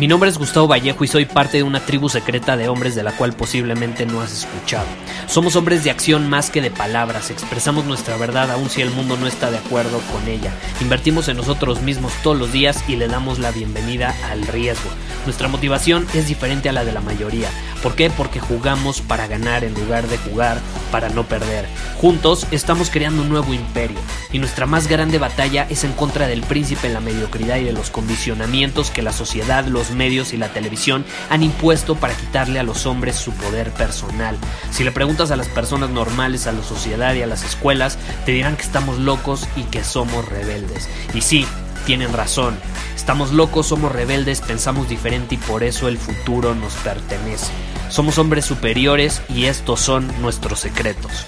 Mi nombre es Gustavo Vallejo y soy parte de una tribu secreta de hombres de la cual posiblemente no has escuchado. Somos hombres de acción más que de palabras, expresamos nuestra verdad aun si el mundo no está de acuerdo con ella. Invertimos en nosotros mismos todos los días y le damos la bienvenida al riesgo. Nuestra motivación es diferente a la de la mayoría. ¿Por qué? Porque jugamos para ganar en lugar de jugar para no perder. Juntos estamos creando un nuevo imperio y nuestra más grande batalla es en contra del príncipe en la mediocridad y de los condicionamientos que la sociedad, los medios y la televisión han impuesto para quitarle a los hombres su poder personal. Si le preguntas a las personas normales, a la sociedad y a las escuelas, te dirán que estamos locos y que somos rebeldes. Y sí, tienen razón. Estamos locos, somos rebeldes, pensamos diferente y por eso el futuro nos pertenece. Somos hombres superiores y estos son nuestros secretos.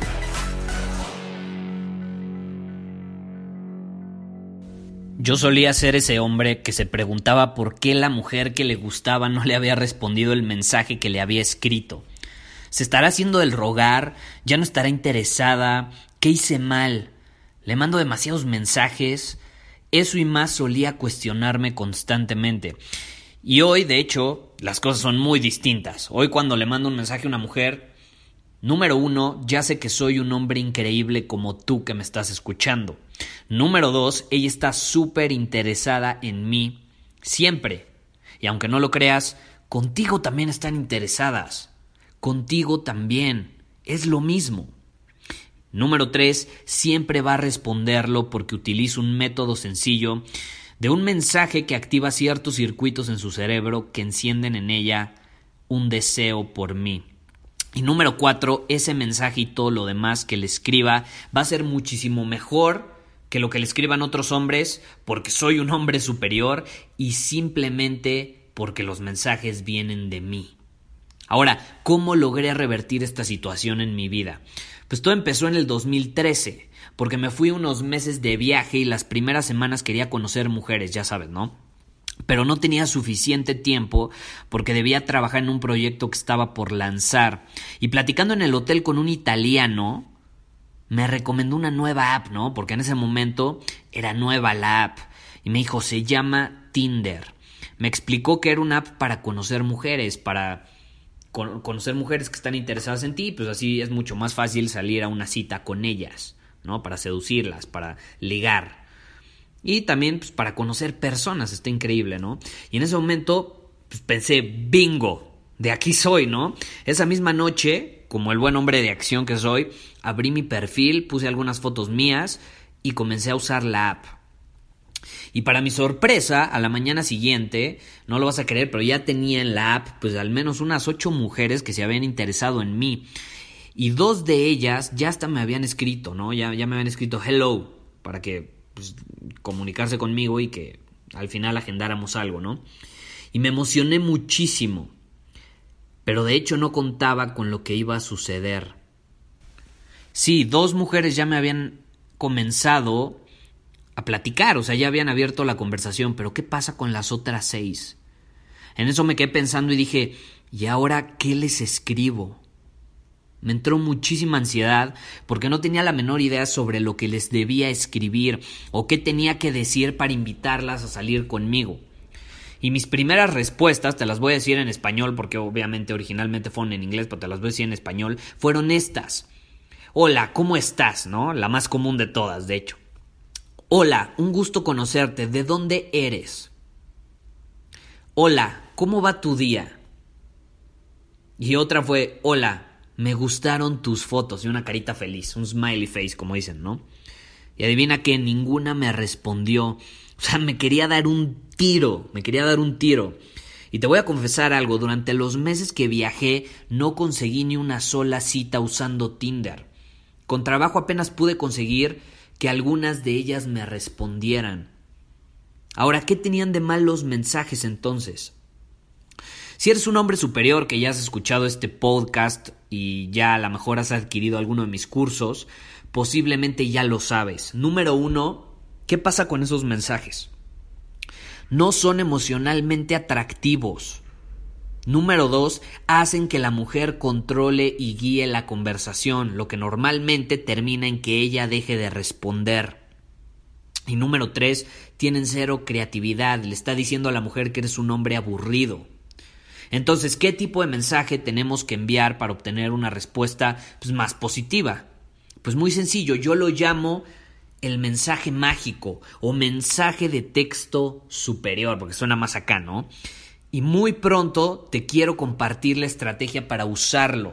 Yo solía ser ese hombre que se preguntaba por qué la mujer que le gustaba no le había respondido el mensaje que le había escrito. ¿Se estará haciendo el rogar? ¿Ya no estará interesada? ¿Qué hice mal? ¿Le mando demasiados mensajes? Eso y más solía cuestionarme constantemente. Y hoy, de hecho, las cosas son muy distintas. Hoy cuando le mando un mensaje a una mujer, número 1, ya sé que soy un hombre increíble como tú que me estás escuchando. Número 2, ella está súper interesada en mí, siempre. Y aunque no lo creas, contigo también están interesadas. Contigo también. Es lo mismo. Número 3, siempre va a responderlo porque utilizo un método sencillo de un mensaje que activa ciertos circuitos en su cerebro que encienden en ella un deseo por mí. Y número 4, ese mensaje y todo lo demás que le escriba va a ser muchísimo mejor que lo que le escriban otros hombres porque soy un hombre superior y simplemente porque los mensajes vienen de mí. Ahora, ¿cómo logré revertir esta situación en mi vida? Pues todo empezó en el 2013, porque me fui unos meses de viaje y las primeras semanas quería conocer mujeres, ya sabes, ¿no? Pero no tenía suficiente tiempo porque debía trabajar en un proyecto que estaba por lanzar. Y platicando en el hotel con un italiano, me recomendó una nueva app, ¿no? Porque en ese momento era nueva la app. Y me dijo, se llama Tinder. Me explicó que era una app para conocer mujeres, para conocer mujeres que están interesadas en ti, pues así es mucho más fácil salir a una cita con ellas, ¿no? Para seducirlas, para ligar. Y también pues, para conocer personas, está increíble, ¿no? Y en ese momento pues, pensé, bingo, de aquí soy, ¿no? Esa misma noche, como el buen hombre de acción que soy, abrí mi perfil, puse algunas fotos mías y comencé a usar la app. Y para mi sorpresa, a la mañana siguiente, no lo vas a creer, pero ya tenía en la app pues al menos unas 8 mujeres que se habían interesado en mí. Y 2 de ellas ya hasta me habían escrito, ¿no? Ya me habían escrito hello, para que pues, comunicarse conmigo y que al final agendáramos algo, ¿no? Y me emocioné muchísimo, pero de hecho no contaba con lo que iba a suceder. Sí, 2 mujeres ya me habían comenzado a platicar, o sea, ya habían abierto la conversación, pero ¿qué pasa con las otras 6? En eso me quedé pensando y dije, ¿y ahora qué les escribo? Me entró muchísima ansiedad porque no tenía la menor idea sobre lo que les debía escribir o qué tenía que decir para invitarlas a salir conmigo. Y mis primeras respuestas, te las voy a decir en español porque obviamente originalmente fueron en inglés, pero te las voy a decir en español, fueron estas. Hola, ¿cómo estás? ¿No? La más común de todas, de hecho. Hola, un gusto conocerte. ¿De dónde eres? Hola, ¿cómo va tu día? Y otra fue, hola, me gustaron tus fotos. Y una carita feliz, un smiley face, como dicen, ¿no? Y adivina que ninguna me respondió. O sea, me quería dar un tiro. Y te voy a confesar algo. Durante los meses que viajé, no conseguí ni una sola cita usando Tinder. Con trabajo apenas pude conseguir que algunas de ellas me respondieran. Ahora, ¿qué tenían de mal los mensajes entonces? Si eres un hombre superior que ya has escuchado este podcast y ya a lo mejor has adquirido alguno de mis cursos, posiblemente ya lo sabes. Número 1, ¿qué pasa con esos mensajes? No son emocionalmente atractivos. Número 2, hacen que la mujer controle y guíe la conversación, lo que normalmente termina en que ella deje de responder. Y número 3, tienen cero creatividad. Le está diciendo a la mujer que eres un hombre aburrido. Entonces, ¿qué tipo de mensaje tenemos que enviar para obtener una respuesta más positiva? Pues muy sencillo, yo lo llamo el mensaje mágico o mensaje de texto superior, porque suena más acá, ¿no? Y muy pronto te quiero compartir la estrategia para usarlo.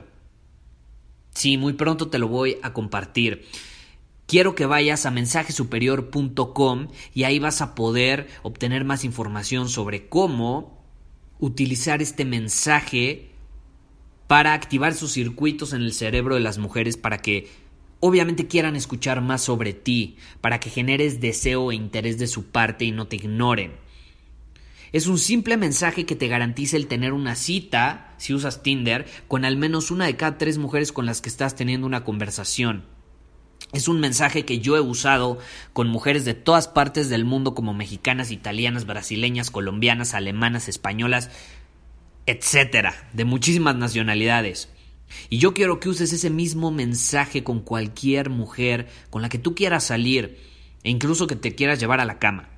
Sí, muy pronto te lo voy a compartir. Quiero que vayas a mensajesuperior.com y ahí vas a poder obtener más información sobre cómo utilizar este mensaje para activar sus circuitos en el cerebro de las mujeres para que obviamente quieran escuchar más sobre ti, para que generes deseo e interés de su parte y no te ignoren. Es un simple mensaje que te garantiza el tener una cita, si usas Tinder, con al menos una de cada 3 mujeres con las que estás teniendo una conversación. Es un mensaje que yo he usado con mujeres de todas partes del mundo como mexicanas, italianas, brasileñas, colombianas, alemanas, españolas, etcétera, de muchísimas nacionalidades. Y yo quiero que uses ese mismo mensaje con cualquier mujer con la que tú quieras salir e incluso que te quieras llevar a la cama.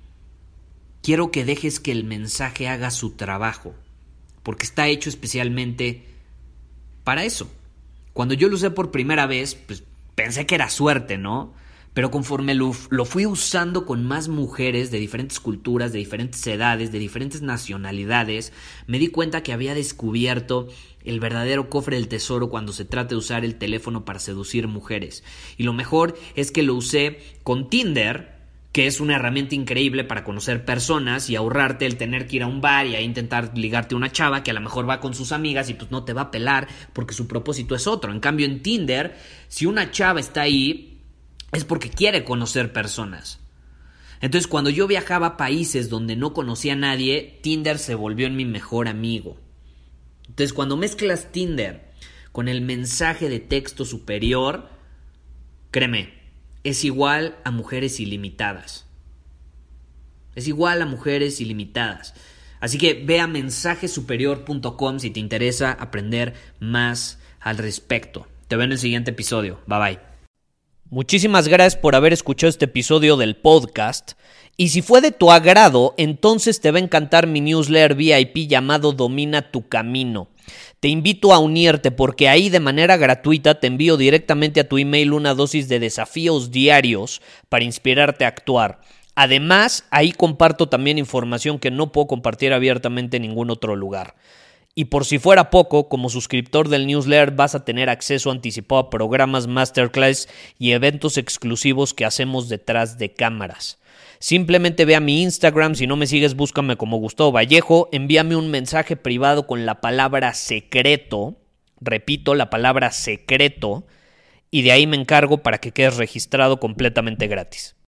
Quiero que dejes que el mensaje haga su trabajo, porque está hecho especialmente para eso. Cuando yo lo usé por primera vez, pensé que era suerte, ¿no? Pero conforme lo fui usando con más mujeres de diferentes culturas, de diferentes edades, de diferentes nacionalidades, me di cuenta que había descubierto el verdadero cofre del tesoro cuando se trata de usar el teléfono para seducir mujeres. Y lo mejor es que lo usé con Tinder, que es una herramienta increíble para conocer personas y ahorrarte el tener que ir a un bar y ahí intentar ligarte a una chava que a lo mejor va con sus amigas y no te va a pelar porque su propósito es otro. En cambio en Tinder, si una chava está ahí, es porque quiere conocer personas. Entonces, cuando yo viajaba a países donde no conocía a nadie, Tinder se volvió en mi mejor amigo. Entonces, cuando mezclas Tinder con el mensaje de texto superior, créeme, es igual a mujeres ilimitadas. Es igual a mujeres ilimitadas. Así que ve a mensajesuperior.com si te interesa aprender más al respecto. Te veo en el siguiente episodio. Bye bye. Muchísimas gracias por haber escuchado este episodio del podcast. Y si fue de tu agrado, entonces te va a encantar mi newsletter VIP llamado Domina tu Camino. Te invito a unirte porque ahí de manera gratuita te envío directamente a tu email una dosis de desafíos diarios para inspirarte a actuar. Además, ahí comparto también información que no puedo compartir abiertamente en ningún otro lugar. Y por si fuera poco, como suscriptor del newsletter vas a tener acceso anticipado a programas, masterclass y eventos exclusivos que hacemos detrás de cámaras. Simplemente ve a mi Instagram, si no me sigues búscame como Gustavo Vallejo, envíame un mensaje privado con la palabra secreto, repito, la palabra secreto, y de ahí me encargo para que quedes registrado completamente gratis.